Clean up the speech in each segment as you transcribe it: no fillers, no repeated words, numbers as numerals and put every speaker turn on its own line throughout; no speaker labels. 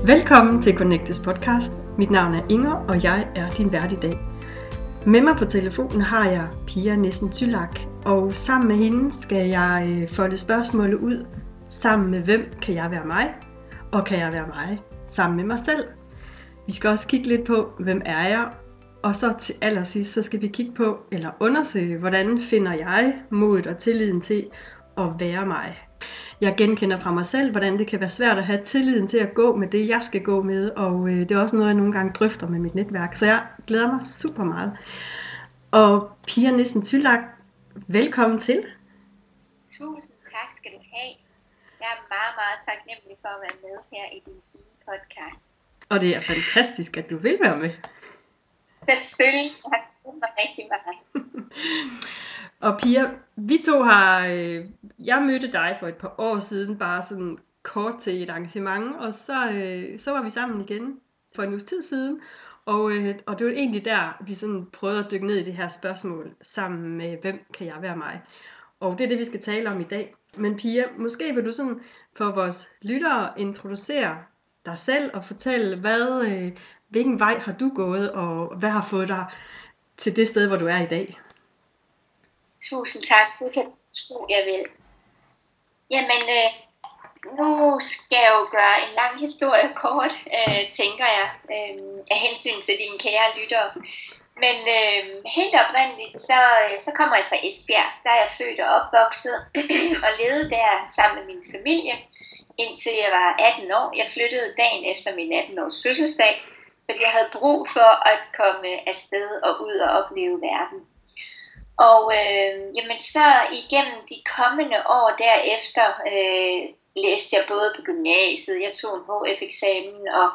Velkommen til Connectes podcast. Mit navn er Inger, og jeg er din vært i dag. Med mig på telefonen har jeg Pia Nissen Tylak, og sammen med hende skal jeg folde spørgsmålet ud. Sammen med hvem kan jeg være mig, og kan jeg være mig sammen med mig selv? Vi skal også kigge lidt på, hvem er jeg, og så til allersidst, så skal vi kigge på, eller undersøge, hvordan finder jeg modet og tilliden til at være mig. Jeg genkender fra mig selv, hvordan det kan være svært at have tilliden til at gå med det, jeg skal gå med, og det er også noget, jeg nogle gange drøfter med mit netværk, så jeg glæder mig super meget. Og Pia Nissen Tylak, velkommen til.
Tusind tak skal du have. Jeg er meget, meget taknemmelig for at være med her i din fine podcast.
Og det er fantastisk, at du vil være med.
Selvfølgelig. Jeg har glædet mig rigtig meget.
Og Pia, vi to har, jeg mødte dig for et par år siden, bare sådan kort til et arrangement, og så var vi sammen igen for en uges tid siden, og det var egentlig der, vi sådan prøvede at dykke ned i det her spørgsmål, sammen med, hvem kan jeg være mig? Og det er det, vi skal tale om i dag. Men Pia, måske vil du sådan for vores lyttere introducere dig selv og fortælle, hvilken vej har du gået, og hvad har fået dig til det sted, hvor du er i dag?
Tusind tak. Det kan tro, jeg vil. Jamen, nu skal jeg jo gøre en lang historie kort, tænker jeg, af hensyn til dine kære lyttere. Men helt oprindeligt, så kommer jeg fra Esbjerg. Der er jeg født og opvokset og levede der sammen med min familie, indtil jeg var 18 år. Jeg flyttede dagen efter min 18-års fødselsdag, fordi jeg havde brug for at komme afsted og ud og opleve verden. Og jamen så igennem de kommende år derefter læste jeg både på gymnasiet, jeg tog en HF-eksamen, og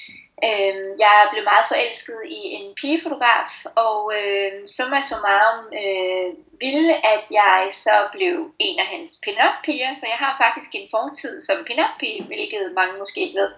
jeg blev meget forelsket i en pigefotograf, og summa summarum ville, at jeg så blev en af hans pin-up-piger, så jeg har faktisk en fortid som pin-up-pige, hvilket mange måske ikke ved.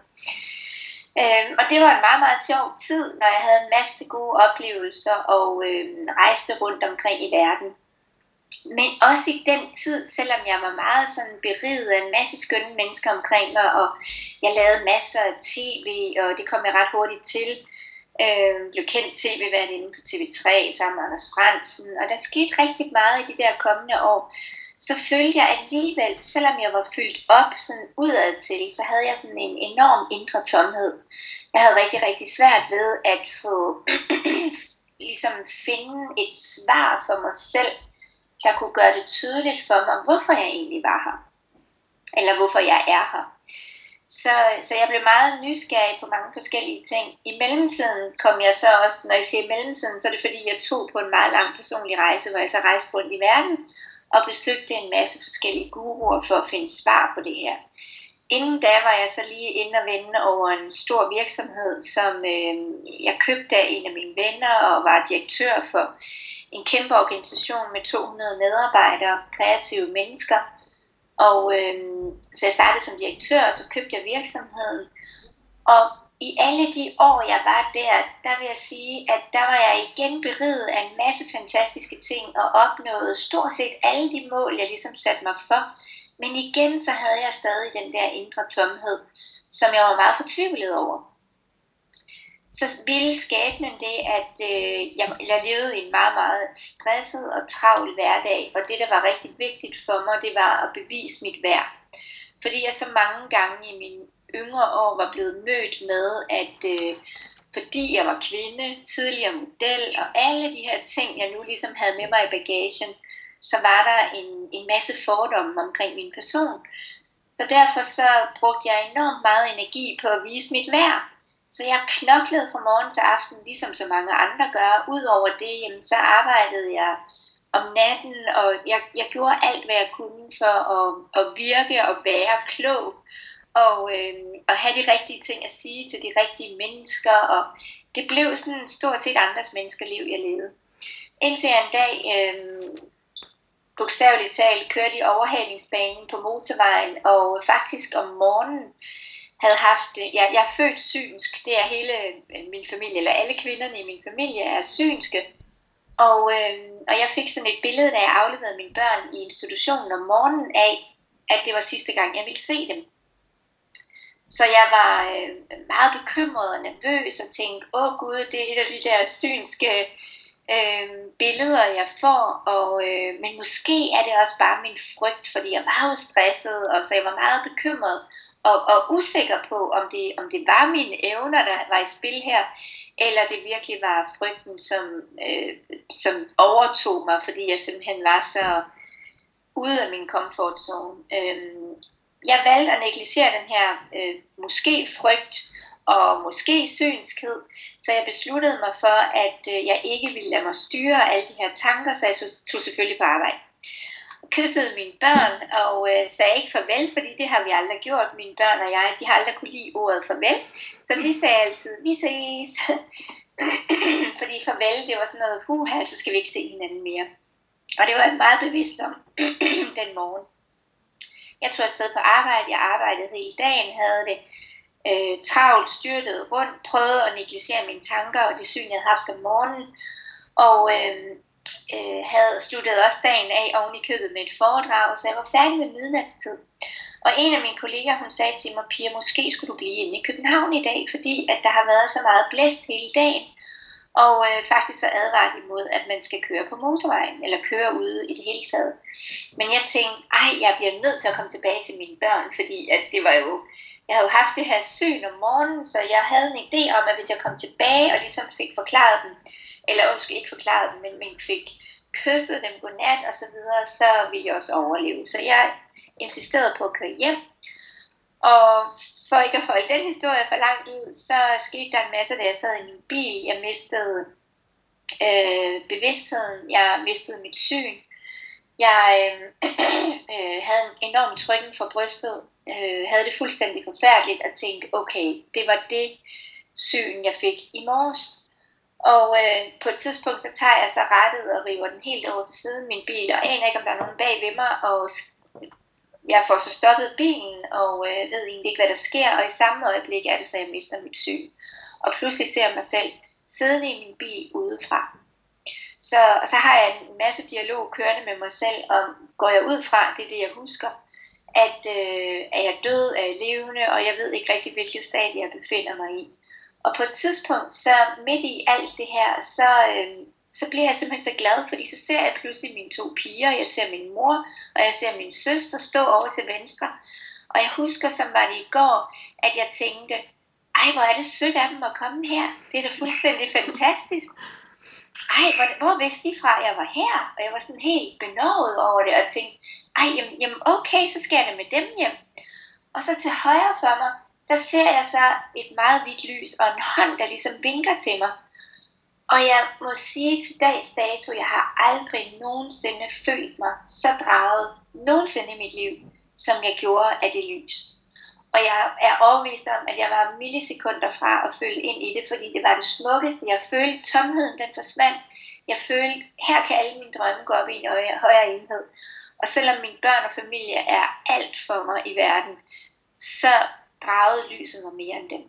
Og det var en meget, meget sjov tid, når jeg havde en masse gode oplevelser og rejste rundt omkring i verden. Men også i den tid, selvom jeg var meget sådan beriget af en masse skønne mennesker omkring mig, og jeg lavede masser af tv, og det kom jeg ret hurtigt til. Blev kendt tv-værtinde på TV3 sammen med Anders Frandsen, og der skete rigtig meget i de der kommende år. Så følte jeg alligevel, selvom jeg var fyldt op sådan udad til, så havde jeg sådan en enorm indre tomhed. Jeg havde rigtig, rigtig svært ved at få ligesom finde et svar for mig selv, der kunne gøre det tydeligt for mig, hvorfor jeg egentlig var her. Eller hvorfor jeg er her. Så jeg blev meget nysgerrig på mange forskellige ting. I mellemtiden kom jeg så også, når jeg siger mellemtiden, så er det fordi jeg tog på en meget lang personlig rejse, hvor jeg så rejste rundt i verden, og besøgte en masse forskellige guruer for at finde svar på det her. Inden da var jeg så lige inde og vende over en stor virksomhed, som jeg købte af en af mine venner og var direktør for en kæmpe organisation med 200 medarbejdere, kreative mennesker. Og så jeg startede som direktør, og så købte jeg virksomheden. Og i alle de år, jeg var der vil jeg sige, at der var jeg igen beriget af en masse fantastiske ting og opnåede stort set alle de mål, jeg ligesom satte mig for. Men igen, så havde jeg stadig den der indre tomhed, som jeg var meget fortvivlet over. Så ville skæbnen det, at jeg levede i en meget, meget stresset og travl hverdag, og det, der var rigtig vigtigt for mig, det var at bevise mit værd. Fordi jeg så mange gange i mine yngre år var blevet mødt med, at fordi jeg var kvinde, tidligere model og alle de her ting, jeg nu ligesom havde med mig i bagagen, så var der en masse fordomme omkring min person. Så derfor så brugte jeg enormt meget energi på at vise mit værd. Så jeg knoklede fra morgen til aften, ligesom så mange andre gør. Udover det, jamen, så arbejdede jeg om natten, og jeg gjorde alt, hvad jeg kunne for at virke og være klog. Og have de rigtige ting at sige til de rigtige mennesker. Og det blev sådan stort set andres menneskerliv, jeg levede. Indtil jeg en dag, bogstaveligt talt, kørte i overhalingsbanen på motorvejen, og faktisk om morgenen havde haft, jeg er født synsk, det er hele min familie, eller alle kvinderne i min familie er synske, og jeg fik sådan et billede, da jeg afleverede mine børn i institutionen om morgenen af, at det var sidste gang, jeg ville se dem. Så jeg var meget bekymret og nervøs og tænkte, gud, det er et af de der synske billeder, jeg får, men måske er det også bare min frygt, fordi jeg var jo stresset, og så jeg var meget bekymret og usikker på, om det var mine evner, der var i spil her, eller det virkelig var frygten, som overtog mig, fordi jeg simpelthen var så ude af min comfort zone. Jeg valgte at negligere den her måske frygt og måske synskhed, så jeg besluttede mig for, at jeg ikke ville lade mig styre af alle de her tanker, så jeg tog selvfølgelig på arbejde. Og kyssede mine børn og sagde ikke farvel, fordi det har vi aldrig gjort, mine børn og jeg. De har aldrig kunne lide ordet farvel, så vi sagde altid, vi ses. Fordi farvel, det var sådan noget, så skal vi ikke se hinanden mere. Og det var jeg meget bevidst om den morgen. Jeg tog afsted på arbejde, jeg arbejdede hele dagen, havde det travlt, styrtet rundt, prøvede at negligere mine tanker og det syn, jeg havde haft om morgenen, og havde sluttet også dagen af oven i købet med et foredrag, så jeg var færdig med midnatstid. Og en af mine kolleger, hun sagde til mig, Pia, måske skulle du blive inde i København i dag, fordi at der har været så meget blæst hele dagen, og faktisk så advaret imod, at man skal køre på motorvejen, eller køre ude i det hele taget. Men jeg tænkte, jeg bliver nødt til at komme tilbage til mine børn, fordi at det var jo, jeg havde jo haft det her syn om morgenen, så jeg havde en idé om, at hvis jeg kom tilbage og ligesom fik forklaret dem, eller ikke forklaret dem, men fik kysset dem godnat og så videre, så ville jeg også overleve. Så jeg insisterede på at køre hjem. Og for ikke at holde den historie for langt ud, så skete der en masse, da jeg sad i min bil. Jeg mistede bevidstheden, jeg mistede mit syn. Jeg havde en enorm trykken for brystet, havde det fuldstændig forfærdeligt at tænke, okay, det var det syn, jeg fik i morges. Og på et tidspunkt, så tager jeg så rettet og river den helt over til siden min bil, og aner ikke, om der er nogen bag ved mig, og jeg får så stoppet bilen, og ved egentlig ikke, hvad der sker, og i samme øjeblik er det så, jeg mister mit syn. Og pludselig ser jeg mig selv siddende i min bil udefra. Og så har jeg en masse dialog kørende med mig selv, om går jeg ud fra, det er det, jeg husker, at er jeg død, er jeg levende, og jeg ved ikke rigtig, hvilket stadie jeg befinder mig i. Og på et tidspunkt, så midt i alt det her, så bliver jeg simpelthen så glad, fordi så ser jeg pludselig mine 2 piger, jeg ser min mor, og jeg ser min søster stå over til venstre. Og jeg husker, som var det i går, at jeg tænkte, hvor er det sødt af dem at komme her. Det er da fuldstændig fantastisk. Hvor vidste de fra, at jeg var her? Og jeg var sådan helt benovet over det, og tænkte, jamen okay, så skal jeg da med dem hjem. Og så til højre for mig, der ser jeg så et meget hvidt lys, og en hånd, der ligesom vinker til mig. Og jeg må sige til dags dato, jeg har aldrig nogensinde følt mig så draget, nogensinde i mit liv, som jeg gjorde af det lys. Og jeg er overbevist om, at jeg var millisekunder fra at følge ind i det, fordi det var det smukkeste. Jeg følte tomheden, den forsvandt. Jeg følte, her kan alle mine drømme gå op i en højere enhed. Og selvom mine børn og familie er alt for mig i verden, så dragede lyset mig mere end dem.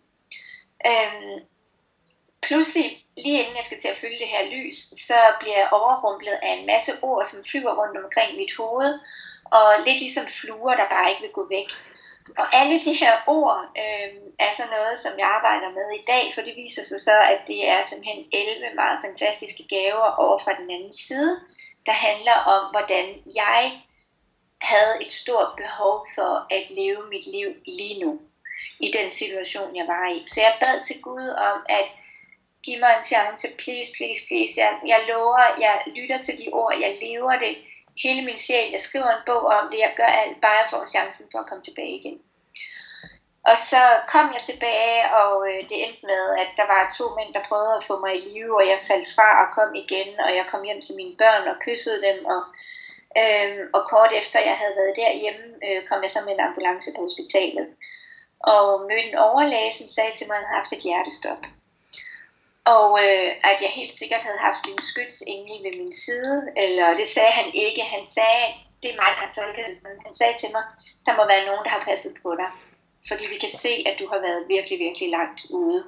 Pludselig, lige inden jeg skal til at følge det her lys, så bliver jeg overrumplet af en masse ord, som flyver rundt omkring mit hoved, og lidt ligesom fluer, der bare ikke vil gå væk. Og alle de her ord er så noget, som jeg arbejder med i dag, for det viser sig så, at det er simpelthen 11 meget fantastiske gaver over fra den anden side, der handler om, hvordan jeg havde et stort behov for at leve mit liv lige nu, i den situation, jeg var i. Så jeg bad til Gud om at give mig en chance, please, please, please. Jeg lover, jeg lytter til de ord, jeg lever det, hele min sjæl, jeg skriver en bog om det, jeg gør alt, bare jeg får chancen for at komme tilbage igen. Og så kom jeg tilbage, og det endte med, at der var 2 mænd, der prøvede at få mig i live, og jeg faldt fra og kom igen, og jeg kom hjem til mine børn og kyssede dem, og kort efter jeg havde været derhjemme, kom jeg så med en ambulance på hospitalet, og mødte en overlæge, som sagde til mig, at jeg havde haft et hjertestop. Og at jeg helt sikkert havde haft en skytsengel ved min side, eller det sagde han ikke. Han sagde, det er mig, der har tolket det sådan. Han sagde til mig, der må være nogen, der har passet på dig. Fordi vi kan se, at du har været virkelig, virkelig langt ude.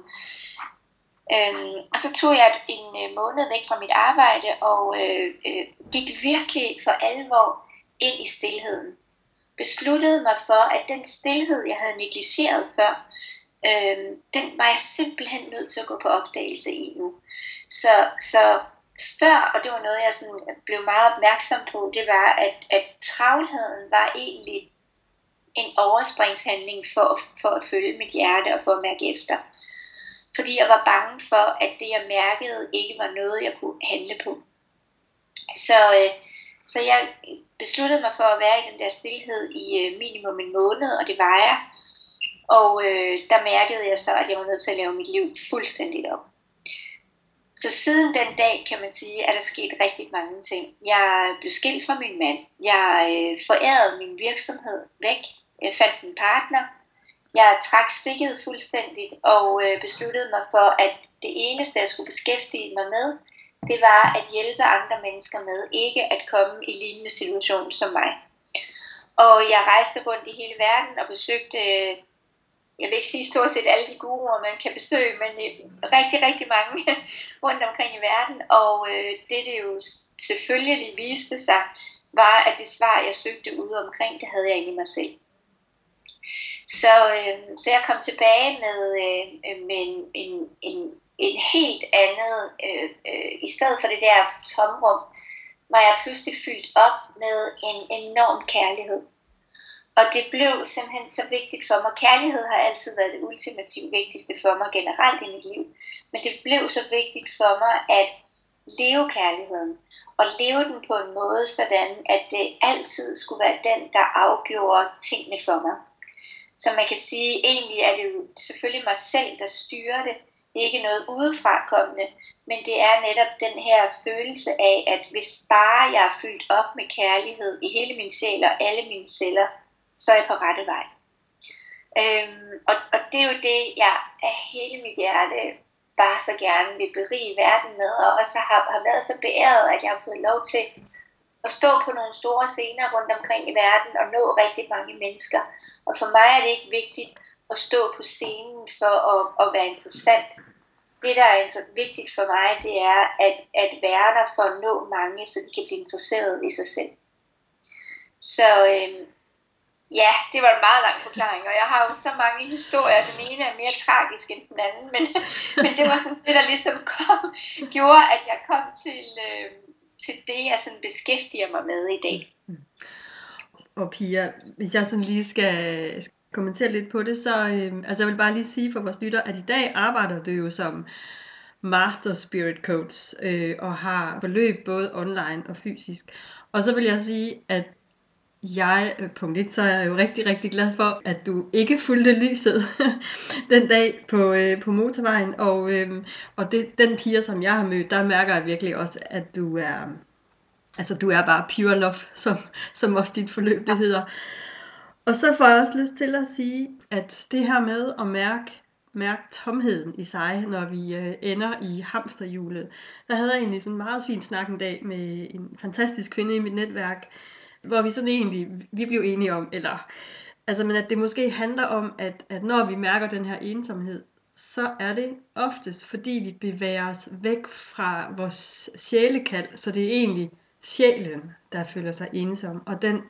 Og så tog jeg en måned væk fra mit arbejde, og gik virkelig for alvor ind i stilheden. besluttede mig for, at den stilhed, jeg havde negligeret før, den var jeg simpelthen nødt til at gå på opdagelse i nu. Så før, og det var noget, jeg sådan blev meget opmærksom på, det var, at travlheden var egentlig en overspringshandling for at følge mit hjerte og for at mærke efter. Fordi jeg var bange for, at det jeg mærkede ikke var noget, jeg kunne handle på. Så jeg besluttede mig for at være i den der stilhed i minimum en måned, og det var jeg. Og der mærkede jeg så, at jeg var nødt til at lave mit liv fuldstændigt op. Så siden den dag, kan man sige, at der sket rigtig mange ting. Jeg blev skilt fra min mand. Jeg forærede min virksomhed væk. Jeg fandt en partner. Jeg trak stikket fuldstændigt og besluttede mig for, at det eneste, jeg skulle beskæftige mig med, det var at hjælpe andre mennesker med ikke at komme i lignende situation som mig. Og jeg rejste rundt i hele verden og besøgte, jeg vil ikke sige stort set alle de guruer, man kan besøge, men rigtig, rigtig mange rundt omkring i verden. Og det jo selvfølgelig viste sig, var, at det svar, jeg søgte ude omkring, det havde jeg inde i mig selv. Så jeg kom tilbage med en helt andet, i stedet for det der tomrum, var jeg pludselig fyldt op med en enorm kærlighed. Og det blev simpelthen så vigtigt for mig. Kærlighed har altid været det ultimativt vigtigste for mig generelt i mit liv. Men det blev så vigtigt for mig at leve kærligheden. Og leve den på en måde sådan, at det altid skulle være den, der afgjorde tingene for mig. Så man kan sige, egentlig er det jo selvfølgelig mig selv, der styrer det. Det er ikke noget udefrakommende, men det er netop den her følelse af, at hvis bare jeg er fyldt op med kærlighed i hele min sjæl og alle mine celler, så er jeg på rette vej. Og det er jo det, jeg af hele mit hjerte bare så gerne vil berige verden med, og også har været så beæret, at jeg har fået lov til at stå på nogle store scener rundt omkring i verden og nå rigtig mange mennesker. Og for mig er det ikke vigtigt at stå på scenen for at være interessant. Det, der er vigtigt for mig, det er at være der for at nå mange, så de kan blive interesseret i sig selv. Så ja, det var en meget lang forklaring, og jeg har jo så mange historier. Den ene er mere tragisk end den anden, men det var sådan det, der ligesom gjorde, at jeg kom til det, jeg sådan beskæftiger mig med i dag.
Og Pia, hvis jeg sådan lige skal kommentere lidt på det, så jeg vil bare lige sige for vores lytter, at i dag arbejder du jo som Master Spirit Coach og har forløb både online og fysisk. Og så vil jeg sige, at punkt 1, så er jeg jo rigtig, rigtig glad for, at du ikke fulgte lyset den dag på motorvejen. Og den Pia, som jeg har mødt, der mærker jeg virkelig også, at du er bare pure love, som også dit forløb det hedder. Og så får jeg også lyst til at sige, at det her med at mærke tomheden i sig, når vi ender i hamsterhjulet. Der havde jeg egentlig sådan en meget fin snak en dag med en fantastisk kvinde i mit netværk, hvor vi sådan egentlig, vi blev enige om, men at det måske handler om, at når vi mærker den her ensomhed, så er det oftest, fordi vi bevæger os væk fra vores sjælekald, så det er egentlig sjælen, der føler sig ensom, og den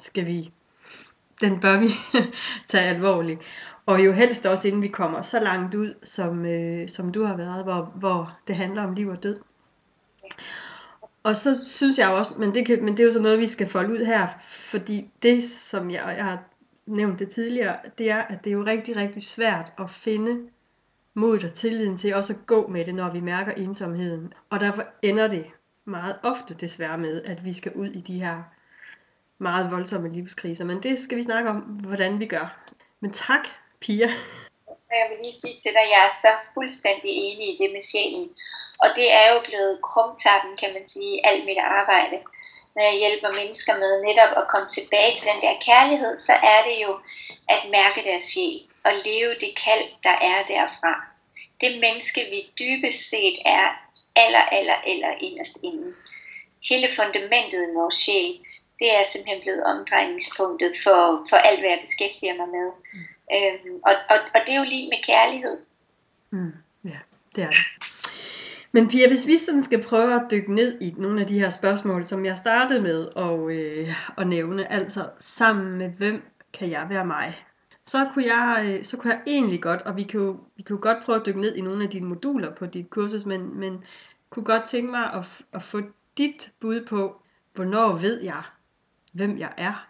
bør vi tage alvorligt. Og jo helst også, inden vi kommer så langt ud, som du har været, hvor det handler om liv og død. Og så synes jeg også, men det er jo så noget, vi skal folde ud her, fordi det, som jeg har nævnt det tidligere, det er, at det er jo rigtig, rigtig svært at finde modet og tilliden til også at gå med det, når vi mærker ensomheden. Og derfor ender det meget ofte desværre med, at vi skal ud i de her meget voldsomme livskriser. Men det skal vi snakke om, hvordan vi gør. Men tak, Pia.
Jeg vil lige sige til dig, at jeg er så fuldstændig enig i det med sjælen. Og det er jo blevet krumtappen, kan man sige, alt mit arbejde. Når jeg hjælper mennesker med netop at komme tilbage til den der kærlighed, så er det jo at mærke deres sjæl og leve det kald, der er derfra. Det menneske, vi dybest set er aller inderst inde. Hele fundamentet i vores sjæl, det er simpelthen blevet omdrejningspunktet for alt, hvad jeg beskæftiger mig med. Og det er jo lige med kærlighed.
Ja, det er det. Men Pia, hvis vi sådan skal prøve at dykke ned i nogle af de her spørgsmål, som jeg startede med at nævne, altså sammen med hvem kan jeg være mig? Så kunne jeg egentlig godt, og vi kunne jo godt prøve at dykke ned i nogle af dine moduler på dit kursus, men kunne godt tænke mig at få dit bud på, hvornår ved jeg, hvem jeg er?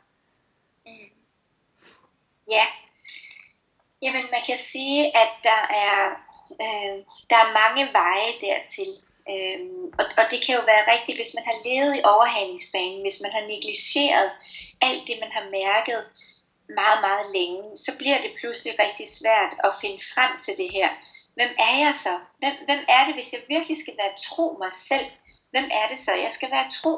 Ja, jamen man kan sige, at der er mange veje dertil. Og det kan jo være rigtigt, hvis man har levet i overhalingsbanen, hvis man har negligeret alt det, man har mærket meget, meget længe, så bliver det pludselig rigtig svært at finde frem til det her. Hvem er jeg så? Hvem er det, hvis jeg virkelig skal være tro mig selv? Hvem er det så, jeg skal være tro?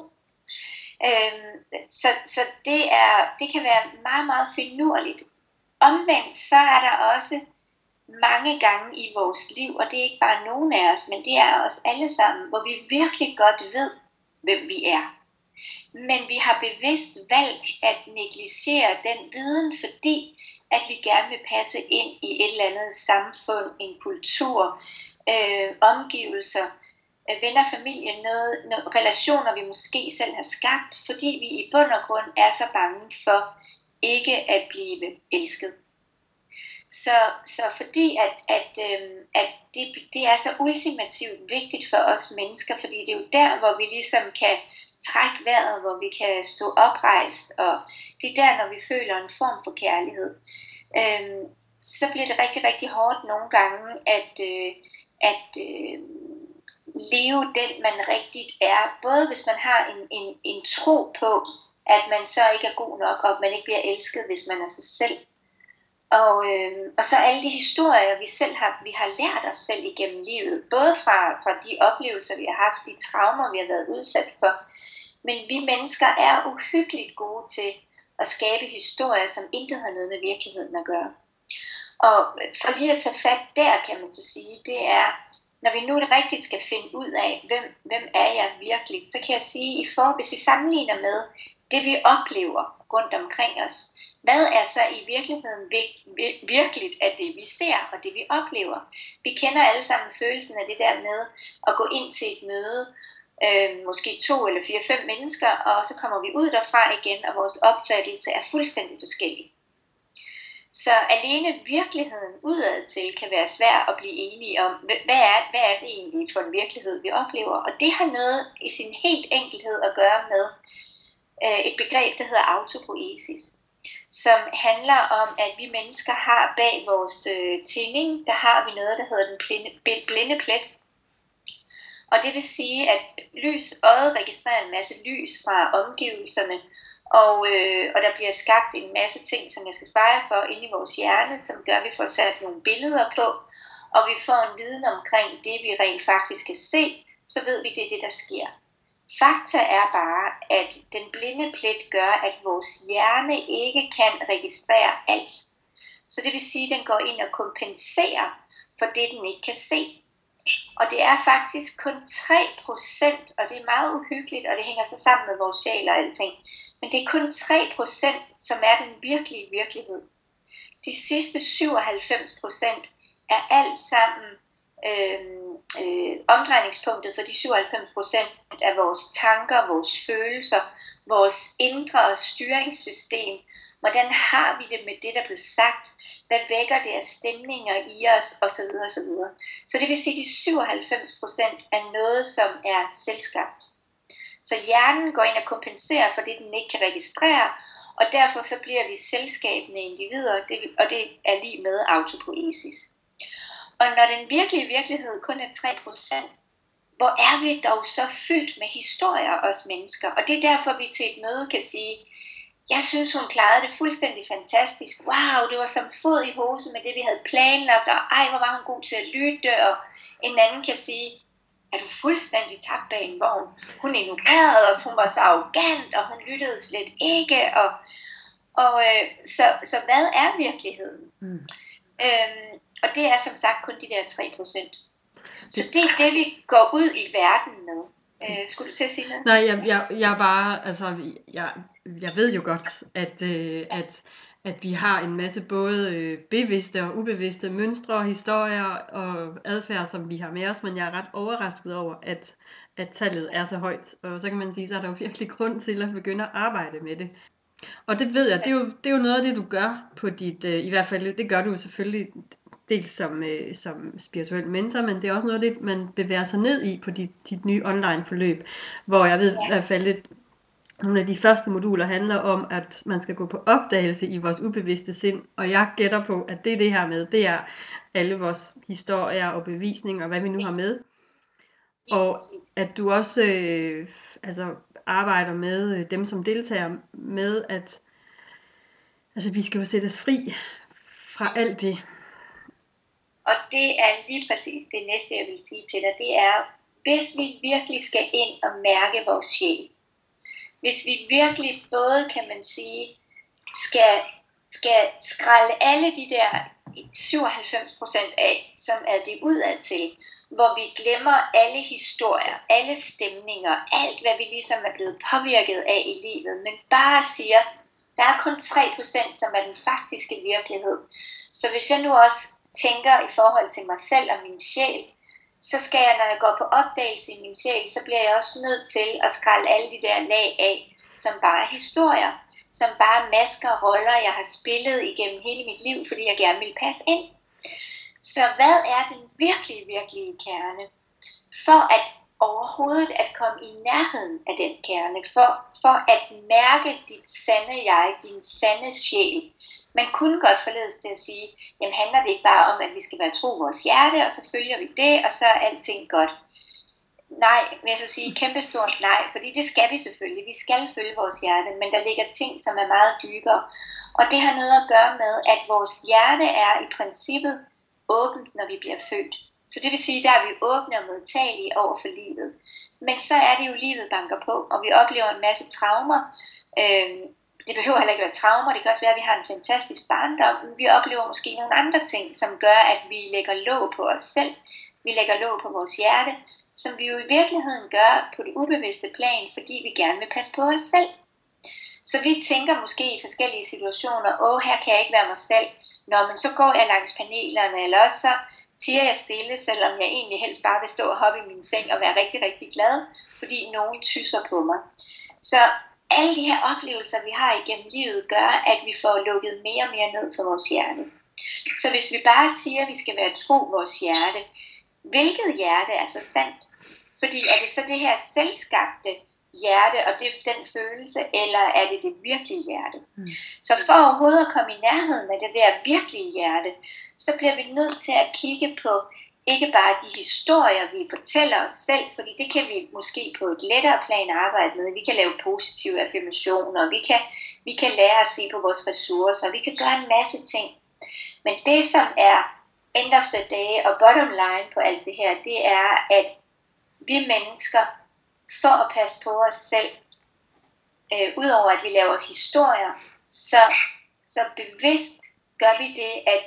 Så det kan være meget, meget finurligt. Omvendt så er der også mange gange i vores liv, og det er ikke bare nogen af os, men det er os alle sammen, hvor vi virkelig godt ved, hvem vi er. Men vi har bevidst valgt at negligere den viden, fordi at vi gerne vil passe ind i et eller andet samfund, en kultur, omgivelser, venner, familie, noget relationer, vi måske selv har skabt, fordi vi i bund og grund er så bange for ikke at blive elsket. Så fordi at det er så ultimativt vigtigt for os mennesker, fordi det er jo der, hvor vi ligesom kan trække vejret, hvor vi kan stå oprejst, og det er der, når vi føler en form for kærlighed. Så bliver det rigtig, rigtig hårdt nogle gange at leve den, man rigtigt er. Både hvis man har en tro på, at man så ikke er god nok, og at man ikke bliver elsket, hvis man er sig selv. Og så alle de historier, vi har lært os selv igennem livet, både fra de oplevelser, vi har haft, de traumer, vi har været udsat for. Men vi mennesker er uhyggeligt gode til at skabe historier, som intet har noget med virkeligheden at gøre. Og for lige at tage fat der, kan man så sige, det er, når vi nu rigtigt skal finde ud af, hvem er jeg virkelig, så kan jeg sige, hvis vi sammenligner med det, vi oplever rundt omkring os, hvad er så i virkeligheden virkeligt af det, vi ser og det, vi oplever? Vi kender alle sammen følelsen af det der med at gå ind til et møde, måske 2 eller 4-5 mennesker, og så kommer vi ud derfra igen, og vores opfattelse er fuldstændig forskellig. Så alene virkeligheden udad til kan være svært at blive enige om, hvad er det egentlig for en virkelighed, vi oplever. Og det har noget i sin helt enkelhed at gøre med et begreb, der hedder autopoiesis, som handler om, at vi mennesker har bag vores tænding, der har vi noget, der hedder den blinde plet. Og det vil sige, at øjet registrerer en masse lys fra omgivelserne, og der bliver skabt en masse ting, som jeg skal spare for inde i vores hjerne, som gør, at vi får sat nogle billeder på, og vi får en viden omkring det, vi rent faktisk kan se, så ved vi, det er det, der sker. Fakta er bare, at den blinde plet gør, at vores hjerne ikke kan registrere alt. Så det vil sige, at den går ind og kompenserer for det, den ikke kan se. Og det er faktisk kun 3%, og det er meget uhyggeligt, og det hænger så sammen med vores sjæl og alting. Men det er kun 3%, som er den virkelige virkelighed. De sidste 97% er alt sammen omdrejningspunktet for de 97% af vores tanker, vores følelser, vores indre styringssystem. Hvordan har vi det med det, der blev sagt? Hvad vækker det af stemninger i os? Osv. osv. Så det vil sige, at de 97% er noget, som er selvskabt. Så hjernen går ind og kompenserer for det, den ikke kan registrere, og derfor så bliver vi selskabende individer, og det er lige med autopoiesis. Og når den virkelige virkelighed kun er 3%, hvor er vi dog så fyldt med historier, os mennesker? Og det er derfor, vi til et møde kan sige, jeg synes, hun klarede det fuldstændig fantastisk. Wow, det var som fod i hose med det, vi havde planlagt, og ej, hvor var hun god til at lytte. Og en anden kan sige, er du fuldstændig tabt bag en vogn? Hun ignorerede os, hun var så arrogant, og hun lyttede slet ikke. Så hvad er virkeligheden? Og det er som sagt kun de der 3%. Så det er det, vi går ud i verden med. Skulle du til at sige noget?
Nej, jeg bare, altså, jeg ved jo godt, at vi har en masse både bevidste og ubevidste mønstre og historier og adfærd, som vi har med os, men jeg er ret overrasket over, at tallet er så højt. Og så kan man sige, så er der jo virkelig grund til at begynde at arbejde med det. Og det ved jeg, det er jo noget af det, du gør på dit, i hvert fald, det gør du jo selvfølgelig dels som spirituel mentor, men det er også noget af det, man bevæger sig ned i på dit nye online forløb, hvor jeg ved i hvert fald, nogle af de første moduler handler om, at man skal gå på opdagelse i vores ubevidste sind, og jeg gætter på, at det er det her med, det er alle vores historier og bevisninger, og hvad vi nu har med. Og at du også arbejder med dem, som deltager med, at vi skal jo sættes fri fra alt det.
Og det er lige præcis det næste, jeg vil sige til dig, det er, hvis vi virkelig skal ind og mærke vores sjæl, hvis vi virkelig både, kan man sige, skal skrælle alle de der 97% af, som er det udad til, hvor vi glemmer alle historier, alle stemninger, alt hvad vi ligesom er blevet påvirket af i livet, men bare siger, der er kun 3%, som er den faktiske virkelighed. Så hvis jeg nu også tænker i forhold til mig selv og min sjæl, så skal jeg, når jeg går på opdagelse i min sjæl, så bliver jeg også nødt til at skrælle alle de der lag af, som bare er historier, som bare er masker og roller, jeg har spillet igennem hele mit liv, fordi jeg gerne vil passe ind. Så hvad er den virkelige kerne? For at overhovedet at komme i nærheden af den kerne, for at mærke dit sande jeg, din sande sjæl. Man kunne godt forledes til at sige, jamen handler det ikke bare om, at vi skal være tro vores hjerte, og så følger vi det, og så er alting godt. Nej, vil jeg så sige kæmpestort nej, fordi det skal vi selvfølgelig. Vi skal følge vores hjerte, men der ligger ting, som er meget dybere. Og det har noget at gøre med, at vores hjerte er i princippet åbent, når vi bliver født. Så det vil sige, der er vi åbne og modtagelige over for livet. Men så er det jo, livet banker på, og vi oplever en masse traumer. Det behøver heller ikke være traumer, det kan også være, at vi har en fantastisk barndom, men vi oplever måske nogle andre ting, som gør, at vi lægger låg på os selv. Vi lægger låg på vores hjerte, som vi jo i virkeligheden gør på det ubevidste plan, fordi vi gerne vil passe på os selv. Så vi tænker måske i forskellige situationer, her kan jeg ikke være mig selv, men så går jeg langs panelerne, eller også så tiger jeg stille, selvom jeg egentlig helst bare vil stå og hoppe i min seng og være rigtig, rigtig glad, fordi nogen tysser på mig. Så alle de her oplevelser, vi har igennem livet, gør, at vi får lukket mere og mere ned for vores hjerte. Så hvis vi bare siger, at vi skal være tro vores hjerte, hvilket hjerte er så sandt? Fordi er det så det her selvskabte hjerte, og det er den følelse, eller er det det virkelige hjerte? Så for overhovedet at komme i nærheden af det der virkelige hjerte, så bliver vi nødt til at kigge på ikke bare de historier, vi fortæller os selv, fordi det kan vi måske på et lettere plan arbejde med. Vi kan lave positive affirmationer, vi kan lære at se på vores ressourcer, vi kan gøre en masse ting. Men det, som er end of the day og bottom line på alt det her, det er, at vi mennesker, for at passe på os selv, udover at vi laver os historier, så bevidst gør vi det, at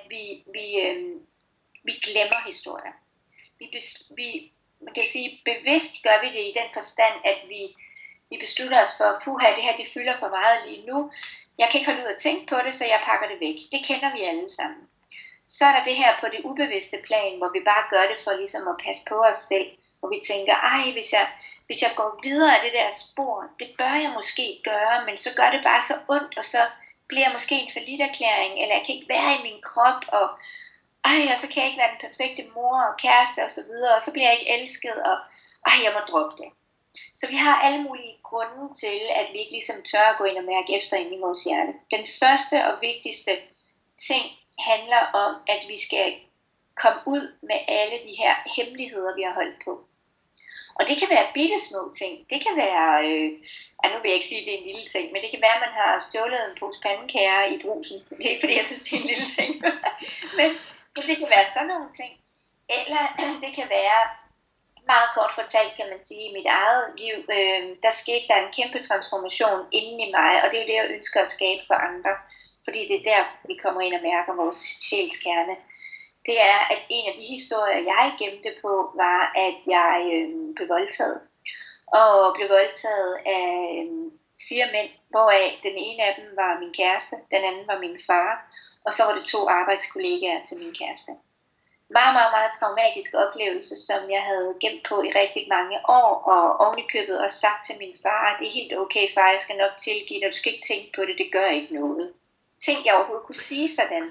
vi glemmer historier. Man kan sige, bevidst gør vi det i den forstand, at vi beslutter os for, det her det fylder for meget lige nu. Jeg kan ikke holde ud og tænke på det, så jeg pakker det væk. Det kender vi alle sammen. Så er der det her på det ubevidste plan, hvor vi bare gør det for ligesom at passe på os selv. Hvor vi tænker, hvis jeg går videre af det der spor, det bør jeg måske gøre, men så gør det bare så ondt, og så bliver jeg måske en falliterklæring, eller jeg kan ikke være i min krop, og så kan jeg ikke være den perfekte mor og kæreste og så videre, og så bliver jeg ikke elsket, og jeg må droppe det. Så vi har alle mulige grunde til, at vi ikke ligesom tør at gå ind og mærke efter ind i vores hjerte. Den første og vigtigste ting handler om, at vi skal komme ud med alle de her hemmeligheder, vi har holdt på. Og det kan være bittesmå ting. Det kan være, nu vil jeg ikke sige, at det er en lille ting, men det kan være, at man har stjålet en pose pandekager i brusen. Det er ikke, fordi jeg synes, det er en lille ting. men det kan være sådan nogle ting. Eller det kan være, meget kort fortalt kan man sige, i mit eget liv, der skete der en kæmpe transformation inden i mig, og det er jo det, jeg ønsker at skabe for andre. Fordi det er der, vi kommer ind og mærker vores sjælskerne. Det er, at en af de historier, jeg gemte på, var, at jeg blev voldtaget. Og blev voldtaget af 4 mænd, hvoraf den ene af dem var min kæreste, den anden var min far, og så var det 2 arbejdskollegaer til min kæreste. Meget, meget, meget traumatisk oplevelse, som jeg havde gemt på i rigtig mange år, og ovenikøbet også sagt til min far, at det er helt okay, far, jeg skal nok tilgive dig, du skal ikke tænke på det, det gør ikke noget. Tænk, jeg overhovedet kunne sige sådan.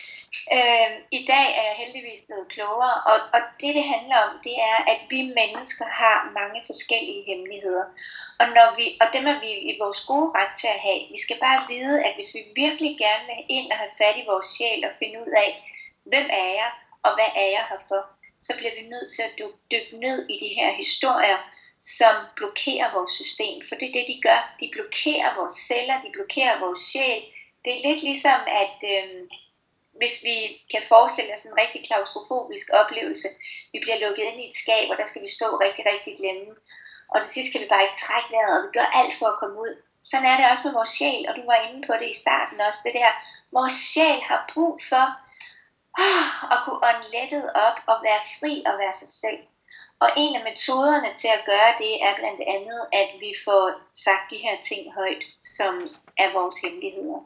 I dag er jeg heldigvis blevet klogere, og det handler om, det er, at vi mennesker har mange forskellige hemmeligheder. Og dem er vi i vores gode ret til at have. Vi skal bare vide, at hvis vi virkelig gerne vil ind og have fat i vores sjæl og finde ud af, hvem er jeg, og hvad er jeg her for, så bliver vi nødt til at dykke ned i de her historier, som blokerer vores system. For det er det, de gør. De blokerer vores celler, de blokerer vores sjæl. Det er lidt ligesom, at hvis vi kan forestille os en rigtig klaustrofobisk oplevelse, vi bliver lukket ind i et skab, og der skal vi stå rigtig, rigtig længe. Og til sidst skal vi bare ikke trække vejret, og vi gør alt for at komme ud. Sådan er det også med vores sjæl, og du var inde på det i starten også. Det der, vores sjæl har brug for at kunne ånde lettet op og være fri og være sig selv. Og en af metoderne til at gøre det er blandt andet, at vi får sagt de her ting højt, som er vores hemmeligheder.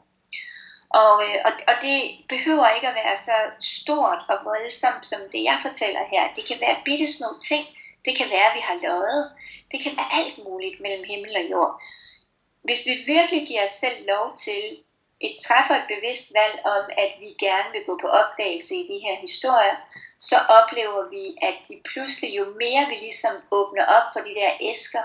Og det behøver ikke at være så stort og voldsomt som det jeg fortæller her. Det kan være bittesmå ting. Det kan være at vi har løjet. Det kan være alt muligt mellem himmel og jord. Hvis vi virkelig giver os selv lov til træffer et bevidst valg om, at vi gerne vil gå på opdagelse i de her historier, så oplever vi, at de pludselig, jo mere vi ligesom åbner op for de der æsker,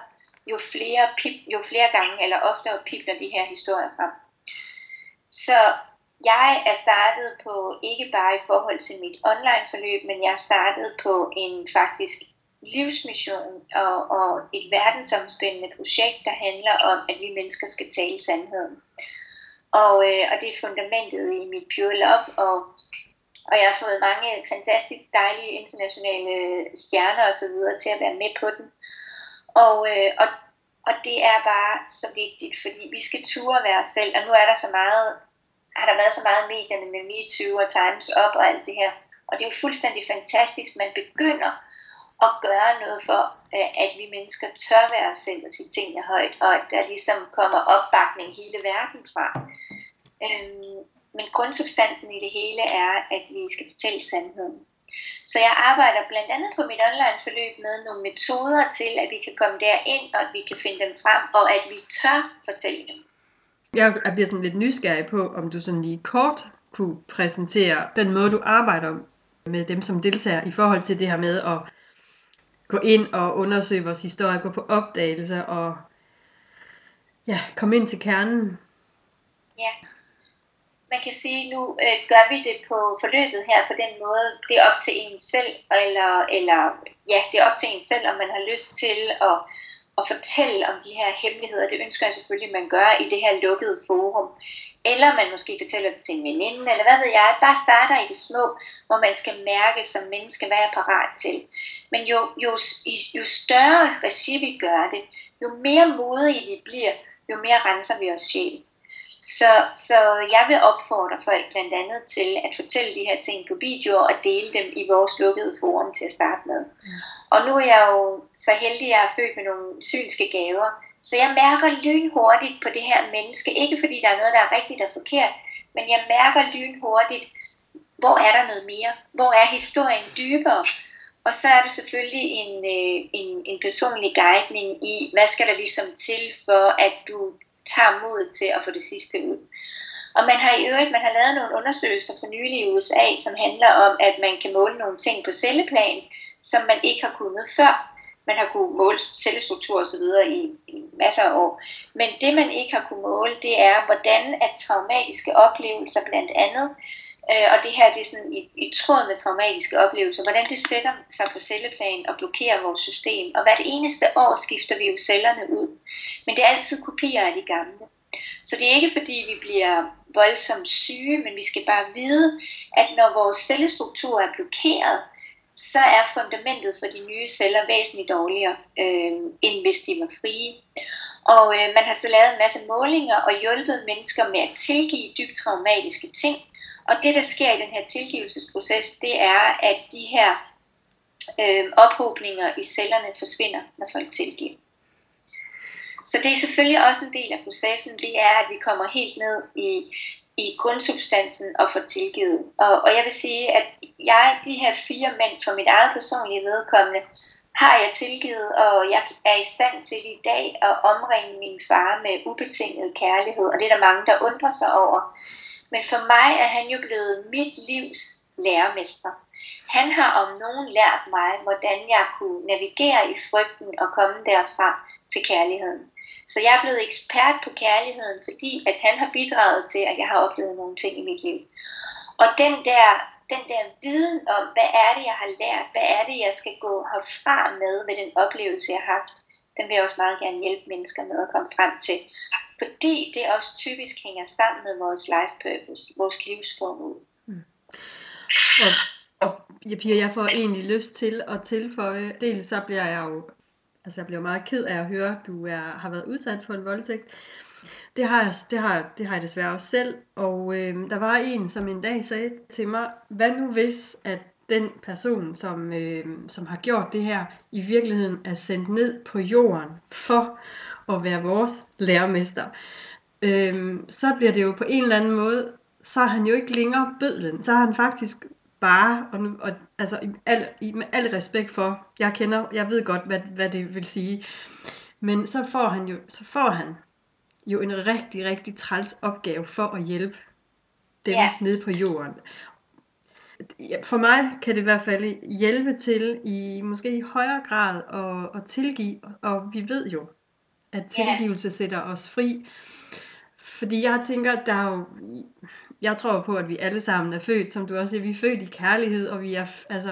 jo flere gange eller oftere pipler de her historier frem. Så jeg er startet på, ikke bare i forhold til mit online forløb, men jeg er startet på en faktisk livsmission og et verdensomspændende projekt, der handler om, at vi mennesker skal tale sandheden. Og det er fundamentet i mit Pure Love, og jeg har fået mange fantastisk dejlige internationale stjerner og så videre til at være med på den. Og det er bare så vigtigt, fordi vi skal ture være os selv, og nu er der har der været så meget i medierne med MeToo og Times Up og alt det her. Og det er jo fuldstændig fantastisk, man begynder at gøre noget for, at vi mennesker tør være os selv og sige tingene højt, og at der ligesom kommer opbakning hele verden fra. Men grundsubstansen i det hele er, at vi skal fortælle sandheden. Så jeg arbejder blandt andet på mit online forløb med nogle metoder til, at vi kan komme derind, og at vi kan finde dem frem, og at vi tør fortælle dem.
Jeg bliver sådan lidt nysgerrig på, om du sådan lige kort kunne præsentere den måde, du arbejder med dem som deltager i forhold til det her med at gå ind og undersøge vores historie, gå på opdagelser og komme ind til kernen.
Ja, man kan sige, nu gør vi det på forløbet her på den måde, det er op til en selv, det er op til en selv, om man har lyst til at fortælle om de her hemmeligheder. Det ønsker jeg selvfølgelig, man gør i det her lukkede forum. Eller man måske fortæller det til en veninde, eller hvad ved jeg, bare starter i det små, hvor man skal mærke som menneske, hvad jeg er parat til. Men jo større regi vi gør det, jo mere modige vi bliver, jo mere renser vi os sjæl. Så jeg vil opfordre folk blandt andet til at fortælle de her ting på videoer og dele dem i vores lukkede forum til at starte med. Og nu er jeg jo så heldig, at jeg er født med nogle synske gaver, så jeg mærker lynhurtigt på det her menneske, ikke fordi der er noget, der er rigtigt og forkert, men jeg mærker lynhurtigt, hvor er der noget mere? Hvor er historien dybere? Og så er det selvfølgelig en personlig guidning i, hvad skal der ligesom til for, at du tager mod til at få det sidste ud. Og man har lavet nogle undersøgelser for nylig i USA, som handler om, at man kan måle nogle ting på celleplan, som man ikke har kunnet før. Man har kunnet måle cellestruktur og så videre i masser af år. Men det man ikke har kunnet måle, det er, hvordan at traumatiske oplevelser blandt andet, og det her det er sådan i tråd med traumatiske oplevelser, hvordan det sætter sig på celleplan og blokerer vores system. Og hvert eneste år skifter vi jo cellerne ud. Men det er altid kopier af de gamle. Så det er ikke fordi vi bliver voldsomt syge, men vi skal bare vide, at når vores cellestruktur er blokeret, så er fundamentet for de nye celler væsentligt dårligere, end hvis de var frie. Og man har så lavet en masse målinger og hjulpet mennesker med at tilgive dybt traumatiske ting. Og det, der sker i den her tilgivelsesproces, det er, at de her ophobninger i cellerne forsvinder, når folk tilgiver. Så det er selvfølgelig også en del af processen, det er, at vi kommer helt ned i grundsubstansen og får tilgivet. Og jeg vil sige, at de her 4 mænd for mit eget personlige vedkommende, har jeg tilgivet, og jeg er i stand til i dag at omringe min far med ubetinget kærlighed, og det er der mange, der undrer sig over. Men for mig er han jo blevet mit livs lærermester. Han har om nogen lært mig, hvordan jeg kunne navigere i frygten og komme derfra til kærligheden. Så jeg er blevet ekspert på kærligheden, fordi at han har bidraget til, at jeg har oplevet nogle ting i mit liv. Og den der viden om, hvad er det, jeg har lært, hvad er det, jeg skal gå herfra med den oplevelse, jeg har haft, den vil jeg også meget gerne hjælpe mennesker med at komme frem til. Fordi det også typisk hænger sammen med vores life purpose, vores livsformål.
Og Pia, jeg får egentlig lyst til at tilføje, dels så bliver jeg jo, jeg bliver meget ked af at høre, at du har været udsat for en voldtægt. Det har jeg desværre også selv, og der var en, som en dag sagde til mig, hvad nu hvis, at den person, som har gjort det her, i virkeligheden er sendt ned på jorden for at være vores lærermester. Så bliver det jo på en eller anden måde, så er han jo ikke længere bødlen, så er han faktisk bare, med al respekt for, jeg ved godt, hvad det vil sige, men så får han jo en rigtig, rigtig træls opgave for at hjælpe dem nede på jorden. For mig kan det i hvert fald hjælpe til i måske i højere grad at tilgive, og vi ved jo, at tilgivelse sætter os fri. Fordi jeg tænker, jeg tror på, at vi alle sammen er født, som du også siger, vi er født i kærlighed, og vi er,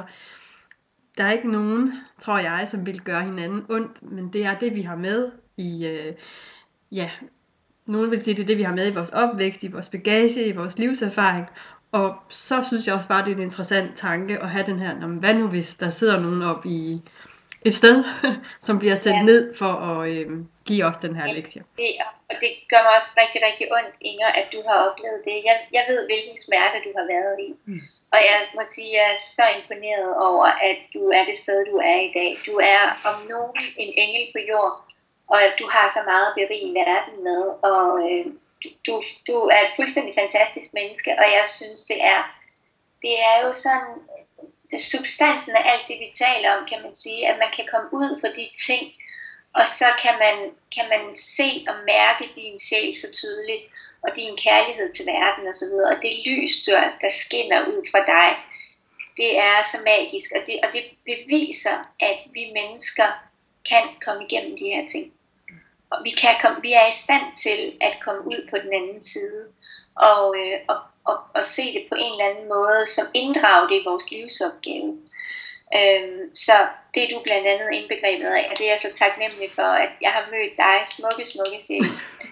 der er ikke nogen, tror jeg, som vil gøre hinanden ondt, men det er det, vi har med i, nogen vil sige, det er det, vi har med i vores opvækst, i vores bagage, i vores livserfaring. Og så synes jeg også bare, det er en interessant tanke at have den her, hvad nu hvis der sidder nogen op i et sted, som bliver sendt ned for at give os den her lektie.
Og det gør mig også rigtig, rigtig ondt, Inger, at du har oplevet det. Jeg ved, hvilken smerte du har været i. Og jeg må sige, at jeg er så imponeret over, at du er det sted, du er i dag. Du er om nogen en engel på jord, og du har så meget at berige verden med. Og du er et fuldstændig fantastisk menneske, og jeg synes, det er jo sådan, substansen af alt det, vi taler om, kan man sige, at man kan komme ud for de ting, og så kan man se og mærke din sjæl så tydeligt, og din kærlighed til verden og så videre, og det lys, der skinner ud fra dig, det er så magisk, og det beviser, at vi mennesker kan komme igennem de her ting. Og vi er i stand til at komme ud på den anden side, og se det på en eller anden måde, som inddrager det i vores livsopgave. Så det er du blandt andet indbegrebet af, og det er jeg så taknemmelig for, at jeg har mødt dig, smukke sjæl.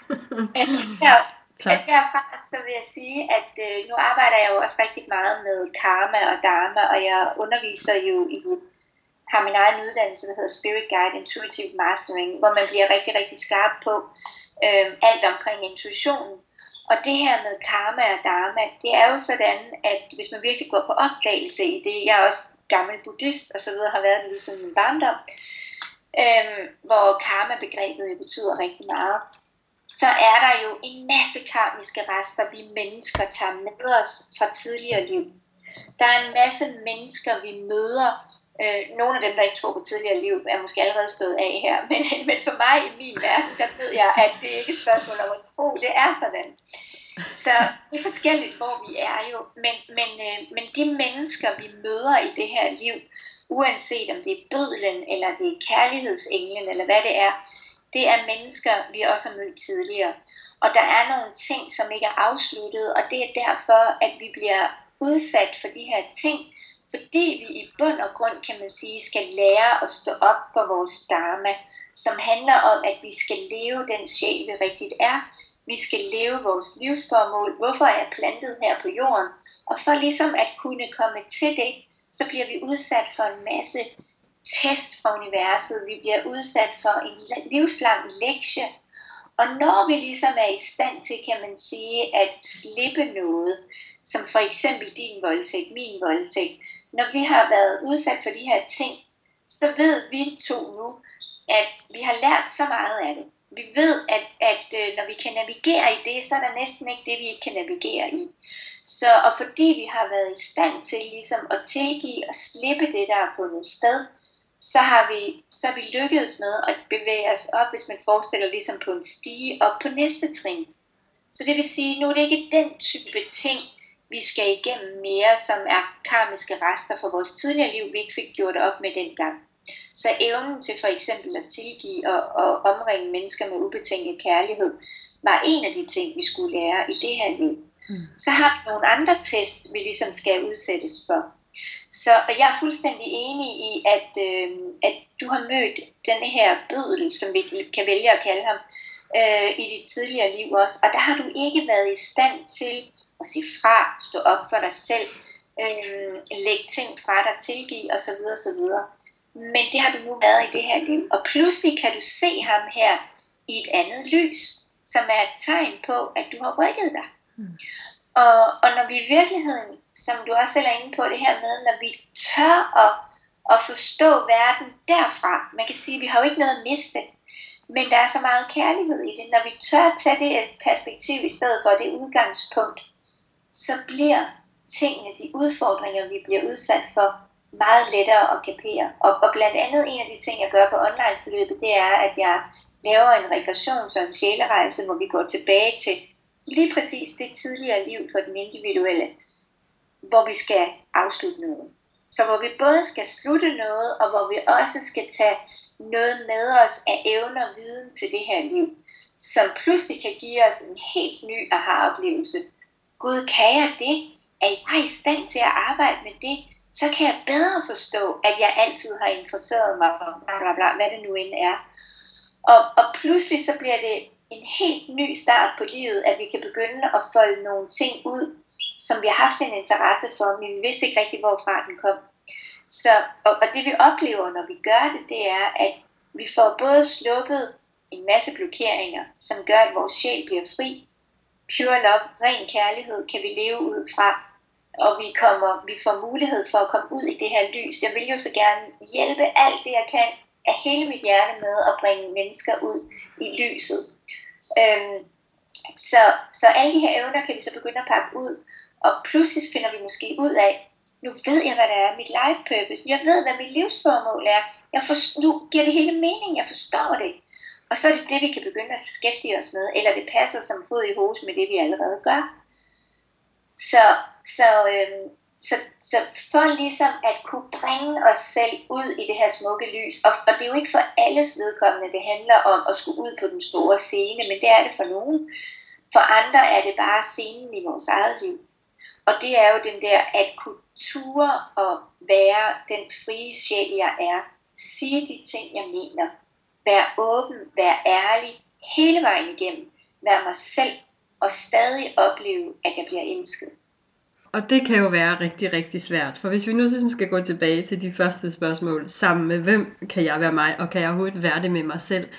Derfra så vil jeg sige, at nu arbejder jeg jo også rigtig meget med karma og dharma, og jeg underviser jo har min egen uddannelse, der hedder Spirit Guide Intuitive Mastering, hvor man bliver rigtig, rigtig skarp på alt omkring intuitionen. Og det her med karma og dharma, det er jo sådan, at hvis man virkelig går på opdagelse i det, jeg er også gammel buddhist og så videre, har været det lige siden min barndom, hvor karma-begrebet jo betyder rigtig meget, så er der jo en masse karmiske rester, vi mennesker tager med os fra tidligere liv. Der er en masse mennesker, vi møder. Nogle af dem, der ikke tror på tidligere liv, er måske allerede stået af her, men for mig i min verden, der ved jeg, at det ikke er et spørgsmål om at tro, det er sådan. Så det er forskelligt, hvor vi er jo, men de mennesker, vi møder i det her liv, uanset om det er bødlen, eller det er kærlighedsenglen, eller hvad det er mennesker, vi også har mødt tidligere. Og der er nogle ting, som ikke er afsluttet, og det er derfor, at vi bliver udsat for de her ting, fordi vi i bund og grund, kan man sige, skal lære at stå op for vores dharma, som handler om, at vi skal leve den sjæl, vi rigtigt er. Vi skal leve vores livsformål. Hvorfor er jeg plantet her på jorden? Og for ligesom at kunne komme til det, så bliver vi udsat for en masse test fra universet. Vi bliver udsat for en livslang lektie. Og når vi ligesom er i stand til, kan man sige, at slippe noget, som for eksempel din voldtægt, min voldtægt, når vi har været udsat for de her ting, så ved vi to nu, at vi har lært så meget af det. vi ved, at når vi kan navigere i det, så er der næsten ikke det, vi ikke kan navigere i. Så, og fordi vi har været i stand til ligesom at tilgive og slippe det, der er fundet sted, så er vi lykkedes med at bevæge os op, hvis man forestiller ligesom på en stige, op på næste trin. Så det vil sige, nu er det ikke den type ting, vi skal igennem mere, som er karmiske rester fra vores tidligere liv, vi ikke fik gjort op med dengang. Så evnen til for eksempel at tilgive og omringe mennesker med ubetinget kærlighed, var en af de ting, vi skulle lære i det her liv. Så har vi nogle andre tests, vi ligesom skal udsættes for. Så og jeg er fuldstændig enig i, at du har mødt denne her bøddel, som vi kan vælge at kalde ham, i dit tidligere liv også. Og der har du ikke været i stand til at sige fra, stå op for dig selv, lægge ting fra dig, tilgive osv. osv. Men det har du nu været i det her liv. Og pludselig kan du se ham her i et andet lys, som er et tegn på, at du har rykket dig. Og når vi i virkeligheden, som du også selv er inde på det her med, når vi tør at forstå verden derfra, man kan sige, at vi har jo ikke noget at miste, men der er så meget kærlighed i det. Når vi tør tage det perspektiv i stedet for det udgangspunkt, så bliver tingene, de udfordringer, vi bliver udsat for, meget lettere at kapere. Og blandt andet en af de ting, jeg gør på online-forløbet, det er, at jeg laver en regressions- og en sjælerejse, hvor vi går tilbage til lige præcis det tidligere liv for den individuelle, hvor vi skal afslutte noget. Så hvor vi både skal slutte noget, og hvor vi også skal tage noget med os af evner og viden til det her liv, som pludselig kan give os en helt ny aha-oplevelse. Gud, kan jeg det? Er jeg i stand til at arbejde med det? Så kan jeg bedre forstå, at jeg altid har interesseret mig for bla bla bla, hvad det nu end er. Og pludselig så bliver det en helt ny start på livet, at vi kan begynde at folde nogle ting ud, som vi har haft en interesse for, men vi vidste ikke rigtig, hvorfra den kom. Så, og det vi oplever, når vi gør det, det er, at vi får både sluppet en masse blokeringer, som gør, at vores sjæl bliver fri. Pure love, ren kærlighed, kan vi leve ud fra. Og vi får mulighed for at komme ud i det her lys. Jeg vil jo så gerne hjælpe alt det, jeg kan af hele mit hjerte med at bringe mennesker ud i lyset. Så alle de her evner kan vi så begynde at pakke ud. Og pludselig finder vi måske ud af, nu ved jeg, hvad det er, mit life purpose. Jeg ved, hvad mit livsformål er. Nu giver det hele mening, jeg forstår det. Og så er det det, vi kan begynde at beskæftige os med. Eller det passer som fod i hose med det, vi allerede gør. Så for ligesom at kunne bringe os selv ud i det her smukke lys, og det er jo ikke for alles vedkommende, det handler om at skulle ud på den store scene, men det er det for nogen. For andre er det bare scenen i vores eget liv. Og det er jo den der, at kunne ture og være den frie sjæl, jeg er. Sige de ting, jeg mener. Være åben, være ærlig, hele vejen igennem. Være mig selv, og stadig opleve, at jeg bliver elsket.
Og det kan jo være rigtig, rigtig svært. For hvis vi nu skal gå tilbage til de første spørgsmål, sammen med hvem kan jeg være mig, og kan jeg overhovedet være det med mig selv?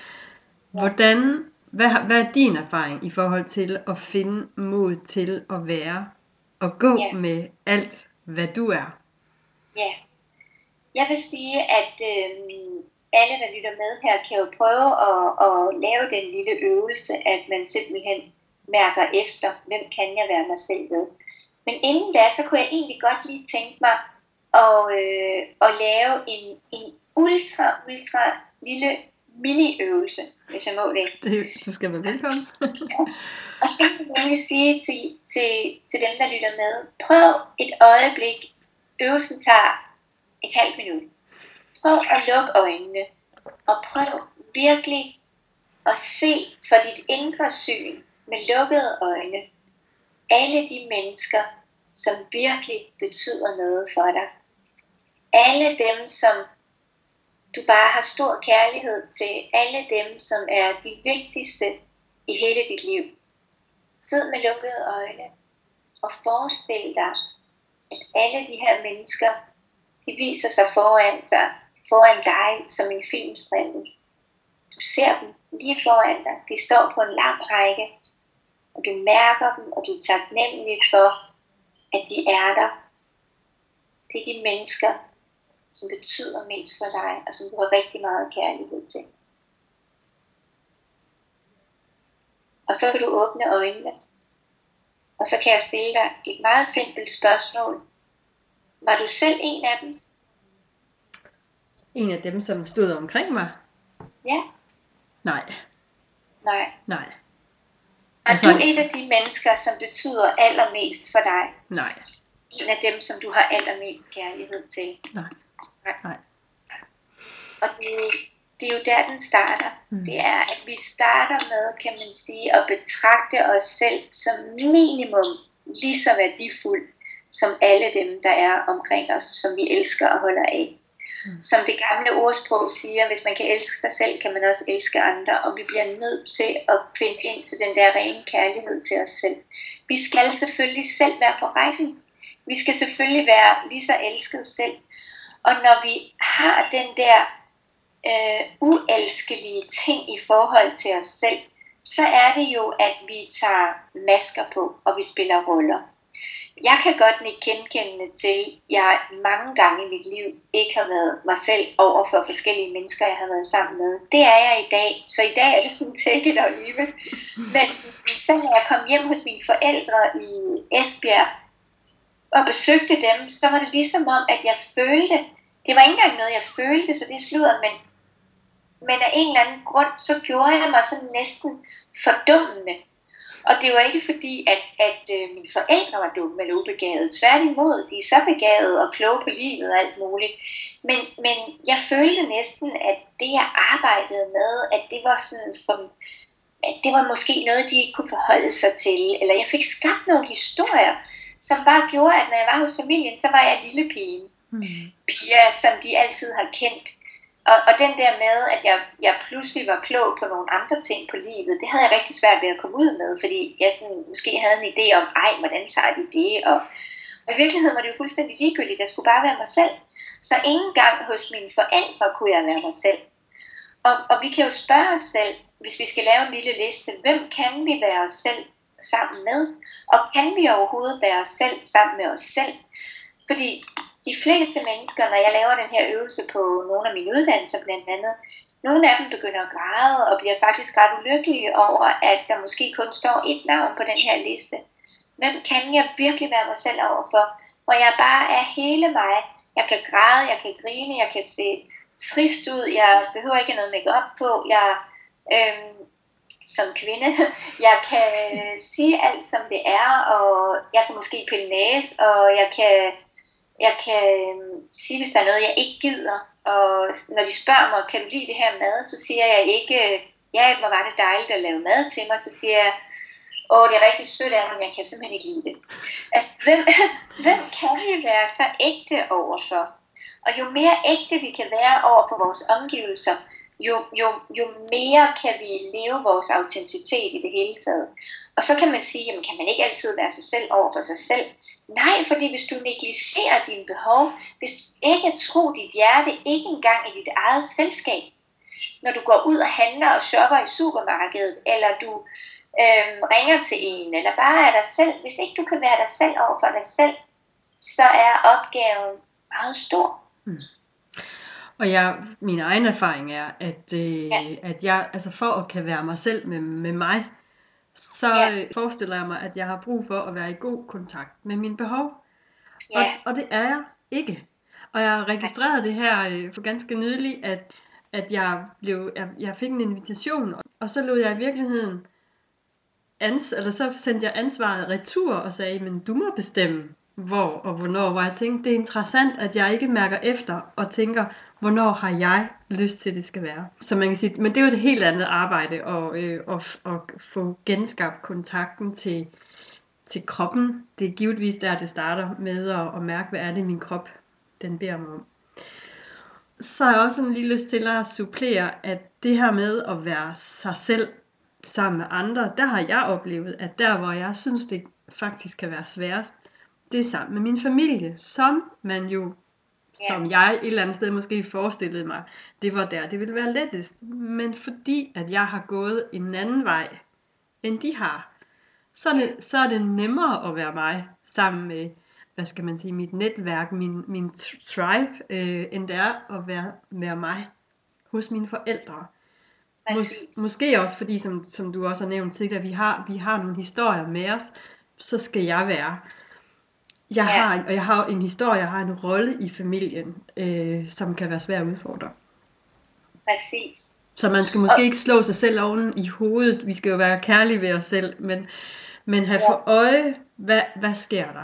Hvad er din erfaring i forhold til at finde mod til at være og gå med alt, hvad du er?
Ja, jeg vil sige, at alle, der lytter med her, kan jo prøve at lave den lille øvelse, at man simpelthen mærker efter, hvem kan jeg være mig selv ved. Men inden da, så kunne jeg egentlig godt lige tænke mig at lave en ultra lille mini-øvelse, hvis jeg må det.
Du skal være velkommen.
Og så vil jeg sige til dem, der lytter med, prøv et øjeblik. Øvelsen tager et halvt minut. Prøv at lukke øjnene, og prøv virkelig at se for dit indre syn med lukkede øjne alle de mennesker, som virkelig betyder noget for dig. Alle dem, som du bare har stor kærlighed til. Alle dem, som er de vigtigste i hele dit liv. Sid med lukkede øjne og forestil dig, at alle de her mennesker, de viser sig foran dig som en filmstrimmel. Du ser dem lige foran dig. De står på en lang række, og du mærker dem, og du er taknemmelig for, at de er der. Det er de mennesker, som betyder mest for dig, og som du har rigtig meget kærlighed til. Og så kan du åbne øjnene. Og så kan jeg stille dig et meget simpelt spørgsmål. Var du selv en af dem?
En af dem, som stod omkring mig?
Ja.
Nej.
Er du et af de mennesker, som betyder allermest for dig?
Nej.
En af dem, som du har allermest kærlighed til?
Nej.
Og det er jo der, den starter. Det er, at vi starter med, kan man sige, at betragte os selv som minimum lige så værdifuld som alle dem, der er omkring os, som vi elsker og holder af. Som det gamle ordsprog siger, hvis man kan elske sig selv, kan man også elske andre, og vi bliver nødt til at finde ind til den der rene kærlighed til os selv. Vi skal selvfølgelig selv være på rækken. Vi skal selvfølgelig være lige så elsket selv. Og når vi har den der uelskelige ting i forhold til os selv, så er det jo, at vi tager masker på, og vi spiller roller. Jeg kan godt nikke genkendende til, at jeg mange gange i mit liv ikke har været mig selv over for forskellige mennesker, jeg har været sammen med. Det er jeg i dag, så i dag er det sådan take it or leave it. Men så når jeg kom hjem hos mine forældre i Esbjerg og besøgte dem, så var det ligesom om, at jeg følte, det var ikke engang noget, jeg følte, så det sludder, men af en eller anden grund, så gjorde jeg mig sådan næsten fordummende. Og det var ikke fordi, at mine forældre var dumme eller ubegavede. Tværtimod, de er så begavede og kloge på livet og alt muligt. Men jeg følte næsten, at det jeg arbejdede med, at det var sådan at det var måske noget, de ikke kunne forholde sig til. Eller jeg fik skabt nogle historier, som bare gjorde, at når jeg var hos familien, så var jeg lille pige. Piger, som de altid har kendt. Og den der med, at jeg pludselig var klog på nogle andre ting på livet, det havde jeg rigtig svært ved at komme ud med, fordi jeg sådan, måske havde en idé om, hvordan tager de det? Og i virkeligheden var det jo fuldstændig ligegyldigt, jeg skulle bare være mig selv. Så ingen gang hos mine forældre kunne jeg være mig selv. Og vi kan jo spørge os selv, hvis vi skal lave en lille liste, hvem kan vi være os selv sammen med? Og kan vi overhovedet være os selv sammen med os selv? Fordi de fleste mennesker, når jeg laver den her øvelse på nogle af mine uddannelser blandt andet, nogle af dem begynder at græde og bliver faktisk ret ulykkelige over, at der måske kun står et navn på den her liste. Hvem kan jeg virkelig være mig selv overfor? Hvor jeg bare er hele mig. Jeg kan græde, jeg kan grine, jeg kan se trist ud, jeg behøver ikke noget make-up på, jeg som kvinde, jeg kan sige alt som det er, og jeg kan måske pille næse, og jeg kan sige, hvis der er noget, jeg ikke gider. Og når de spørger mig, kan du lide det her mad, så siger jeg ikke, ja, hvor var det dejligt at lave mad til mig. Så siger jeg, det er rigtig sødt af mig, men jeg kan simpelthen ikke lide det. Altså, hvem kan vi være så ægte overfor? Og jo mere ægte vi kan være over for vores omgivelser, jo mere kan vi leve vores autenticitet i det hele taget. Og så kan man sige, jamen kan man ikke altid være sig selv over for sig selv? Nej, fordi hvis du negligerer dine behov, hvis du ikke tror dit hjerte ikke engang i dit eget selskab, når du går ud og handler og shopper i supermarkedet, eller du ringer til en, eller bare er dig selv, hvis ikke du kan være dig selv over for dig selv, så er opgaven meget stor.
Og min egen erfaring er, at jeg, altså for at kan være mig selv med mig, så forestiller jeg mig, at jeg har brug for at være i god kontakt med mine behov. Og det er jeg ikke. Og jeg registrerede det her for ganske nylig, at jeg fik en invitation, og så lod jeg i virkeligheden, så sendte jeg ansvaret retur og sagde, men du må bestemme, hvor og hvornår. Hvor jeg tænkte, det er interessant, at jeg ikke mærker efter og tænker, hvornår har jeg lyst til, at det skal være. Så man kan sige, men det er jo et helt andet arbejde at få genskabt kontakten til kroppen. Det er givetvis der, det starter med at mærke, hvad er det, min krop den beder mig om. Så har jeg også en lille lyst til at supplere, at det her med at være sig selv sammen med andre, der har jeg oplevet, at der, hvor jeg synes, det faktisk kan være sværest, det er sammen med min familie, som man jo, som jeg et eller andet sted måske forestillede mig, det var der, det ville være lettest. Men fordi, at jeg har gået en anden vej, end de har, så er det nemmere at være mig sammen med, hvad skal man sige, mit netværk, min tribe, end det er at være mig hos mine forældre. Måske også fordi, som du også har nævnt tidligere, vi har nogle historier med os, så skal jeg være. Jeg har en historie, jeg har en rolle i familien, som kan være svær at udfordre.
Præcis.
Så man skal måske ikke slå sig selv oven i hovedet. Vi skal jo være kærlige ved os selv, men have for øje, hvad sker der?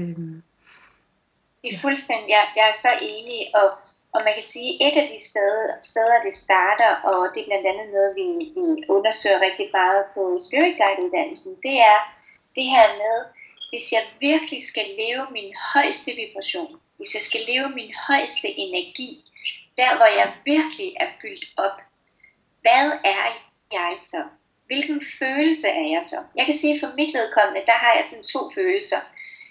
Det er fuldstændig, jeg er så enig, og man kan sige, et af de steder det starter, og det er blandt andet noget, vi undersøger rigtig meget på Spirit Guide-uddannelsen, det er det her med, hvis jeg virkelig skal leve min højeste vibration, hvis jeg skal leve min højeste energi, der hvor jeg virkelig er fyldt op, hvad er jeg så? Hvilken følelse er jeg så? Jeg kan sige, for mit vedkommende, der har jeg sådan 2 følelser.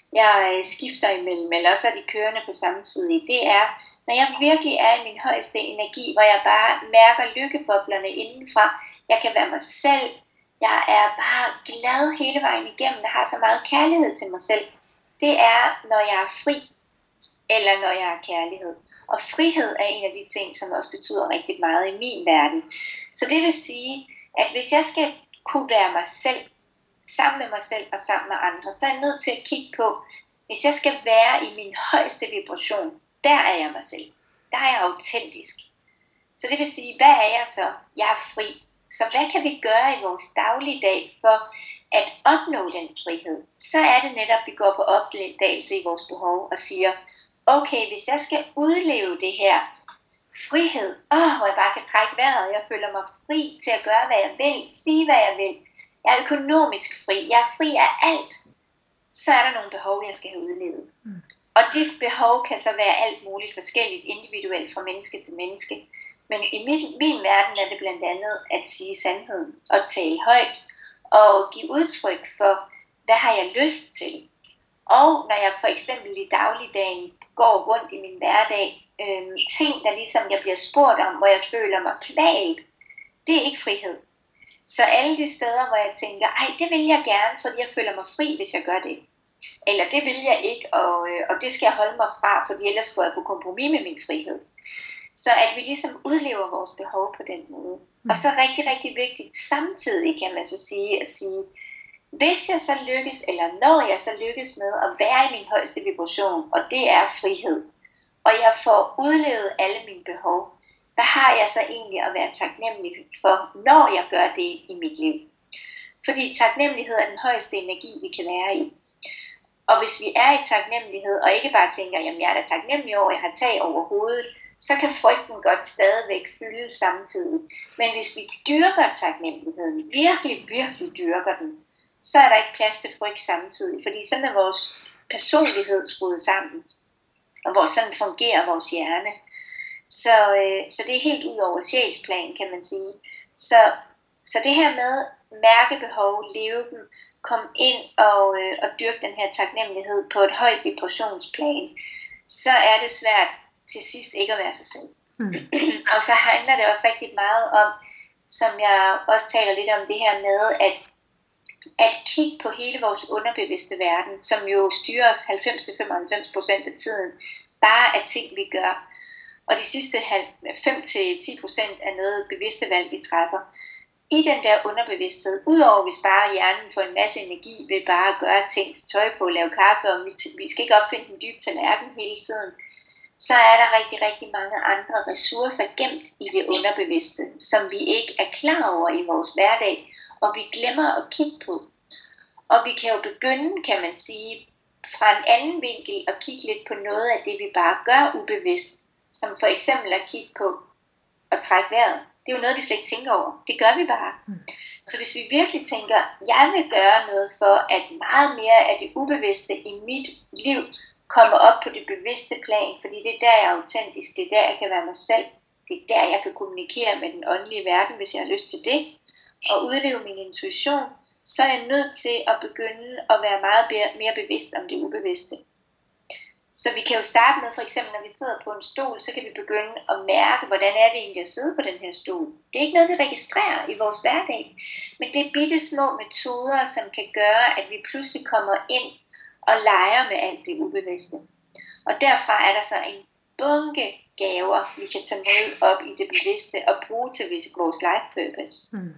Jeg skifter imellem, eller også er de kørende på samme tid. Det er, når jeg virkelig er i min højeste energi, hvor jeg bare mærker lykkeboblerne indenfra. Jeg kan være mig selv. Jeg er bare glad hele vejen igennem. Jeg har så meget kærlighed til mig selv. Det er, når jeg er fri, eller når jeg er kærlighed. Og frihed er en af de ting, som også betyder rigtig meget i min verden. Så det vil sige, at hvis jeg skal kunne være mig selv, sammen med mig selv og sammen med andre, så er jeg nødt til at kigge på, hvis jeg skal være i min højeste vibration, der er jeg mig selv. Der er jeg autentisk. Så det vil sige, hvad er jeg så? Jeg er fri. Så hvad kan vi gøre i vores dagligdag for at opnå den frihed? Så er det netop, at vi går på opdagelse i vores behov og siger, okay, hvis jeg skal udleve det her frihed, hvor jeg bare kan trække vejret, og jeg føler mig fri til at gøre, hvad jeg vil, sige, hvad jeg vil, jeg er økonomisk fri, jeg er fri af alt, så er der nogle behov, jeg skal have udlevet. Og det behov kan så være alt muligt forskelligt, individuelt fra menneske til menneske. Men i min verden er det blandt andet at sige sandheden og tale højt og give udtryk for, hvad har jeg lyst til. Og når jeg for eksempel i dagligdagen går rundt i min hverdag, ting der ligesom jeg bliver spurgt om, hvor jeg føler mig kvalt, det er ikke frihed. Så alle de steder, hvor jeg tænker, det vil jeg gerne, fordi jeg føler mig fri, hvis jeg gør det. Eller det vil jeg ikke, og det skal jeg holde mig fra, fordi ellers går jeg på kompromis med min frihed. Så at vi ligesom udlever vores behov på den måde. Og så rigtig, rigtig vigtigt, samtidig kan man så sige, hvis jeg så lykkes, eller når jeg så lykkes med at være i min højeste vibration, og det er frihed, og jeg får udlevet alle mine behov, hvad har jeg så egentlig at være taknemmelig for, når jeg gør det i mit liv? Fordi taknemmelighed er den højeste energi, vi kan være i. Og hvis vi er i taknemmelighed, og ikke bare tænker, jamen jeg er da taknemmelig over, at jeg har tag over hovedet, så kan frygten godt stadigvæk fylde samtidig. Men hvis vi dyrker taknemmeligheden, virkelig, virkelig dyrker den, så er der ikke plads til frygt samtidig. Fordi sådan er vores personlighed skruet sammen, og sådan fungerer vores hjerne. Så det er helt ud over sjælsplan, kan man sige. Så det her med mærkebehov, leve dem, kom ind og dyrke den her taknemmelighed på et højt vibrationsplan, så er det svært til sidst ikke at være sig selv. Og så handler det også rigtig meget om, som jeg også taler lidt om, det her med at kigge på hele vores underbevidste verden, som jo styrer os 90-95% af tiden, bare af ting vi gør. Og de sidste 5-10% er noget bevidste valg, vi træffer. I den der underbevidsthed, udover hvis bare hjernen får en masse energi ved bare at gøre ting, tøj på, lave kaffe, og vi skal ikke opfinde den dybe tallerken hele tiden, så er der rigtig, rigtig mange andre ressourcer gemt i det underbevidste, som vi ikke er klar over i vores hverdag, og vi glemmer at kigge på. Og vi kan jo begynde, kan man sige, fra en anden vinkel at kigge lidt på noget af det, vi bare gør ubevidst, som for eksempel at kigge på at trække vejret. Det er jo noget, vi slet ikke tænker over. Det gør vi bare. Så hvis vi virkelig tænker, jeg vil gøre noget for, at meget mere af det ubevidste i mit liv kommer op på det bevidste plan, fordi det er der, jeg er autentisk, det er der, jeg kan være mig selv, det er der, jeg kan kommunikere med den åndelige verden, hvis jeg har lyst til det, og udleve min intuition, så er jeg nødt til at begynde at være meget mere bevidst om det ubevidste. Så vi kan jo starte med, for eksempel når vi sidder på en stol, så kan vi begynde at mærke, hvordan er det egentlig at sidde på den her stol. Det er ikke noget, vi registrerer i vores hverdag, men det er bitte små metoder, som kan gøre, at vi pludselig kommer ind og leger med alt det ubevidste. Og derfra er der så en bunke gaver, vi kan tage med op i det bevidste og bruge til vores life purpose.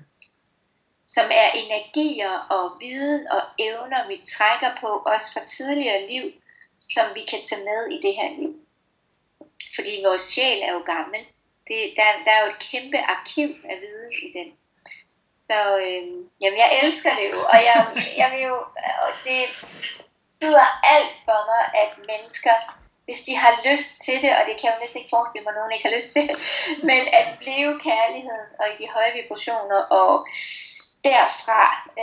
Som er energier og viden og evner, vi trækker på, også fra tidligere liv, som vi kan tage med i det her liv. Fordi vores sjæl er jo gammel. Der er jo et kæmpe arkiv af viden i den. Så jamen, jeg elsker det jo, og jeg vil jo, og det betyder alt for mig, at mennesker, hvis de har lyst til det, og det kan jeg jo næsten ikke forestille mig, at nogen ikke har lyst til, men at blive kærligheden og i de høje vibrationer, og derfra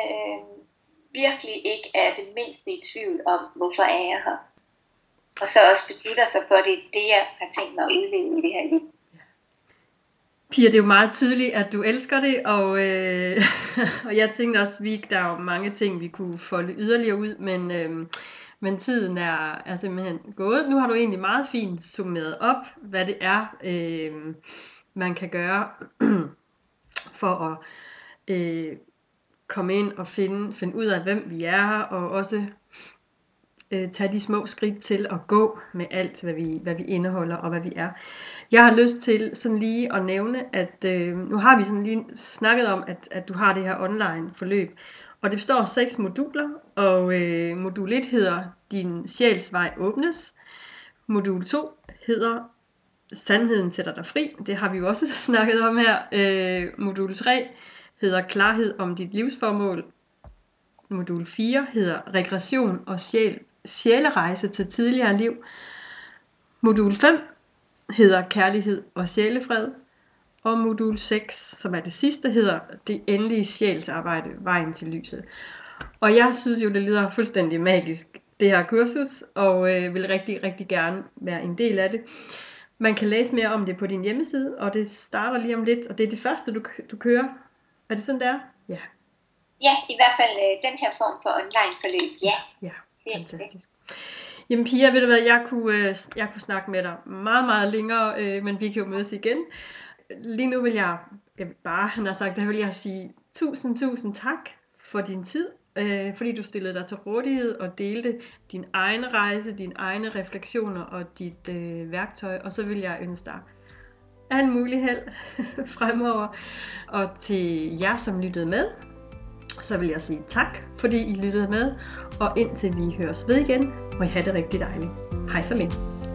virkelig ikke er det mindste i tvivl om, hvorfor er jeg her. Og så også beslutter sig for, at det er det, jeg har tænkt mig at udleve i det her liv.
Pia, det er jo meget tydeligt, at du elsker det, og jeg tænkte også, der er jo mange ting, vi kunne folde yderligere ud, men tiden er simpelthen gået. Nu har du egentlig meget fint summeret op, hvad det er, man kan gøre for at komme ind og finde ud af, hvem vi er, og også tage de små skridt til at gå med alt, hvad vi indeholder og hvad vi er. Jeg har lyst til sådan lige at nævne, at nu har vi sådan lige snakket om, at du har det her online forløb, og det består af 6 moduler, og modul 1 hedder Din sjæls vej åbnes, modul 2 hedder Sandheden sætter dig fri, det har vi jo også snakket om her, modul 3 hedder Klarhed om dit livsformål, modul 4 hedder Regression og sjælerejse til tidligere liv, modul 5 hedder Kærlighed og sjælefred, og modul 6, som er det sidste, hedder Det endelige sjælsarbejde, vejen til lyset. Og jeg synes jo, det lyder fuldstændig magisk, det her kursus, og vil rigtig, rigtig gerne være en del af det. Man kan læse mere om det på din hjemmeside, og det starter lige om lidt, og det er det første, du kører. Er det sådan, der? Ja.
Ja, i hvert fald den her form for online forløb, ja.
Ja, fantastisk. Jamen Pia, ved du hvad, jeg kunne snakke med dig meget, meget længere, men vi kan jo mødes igen. Lige nu vil jeg sige tusind tak for din tid, fordi du stillede dig til rådighed og delte din egen rejse, dine egne refleksioner og dit værktøj, og så vil jeg ønske dig al mulig held fremover. Og til jer, som lyttede med, så vil jeg sige tak, fordi I lyttede med, og indtil vi høres ved igen, må I have det rigtig dejligt. Hej så længe.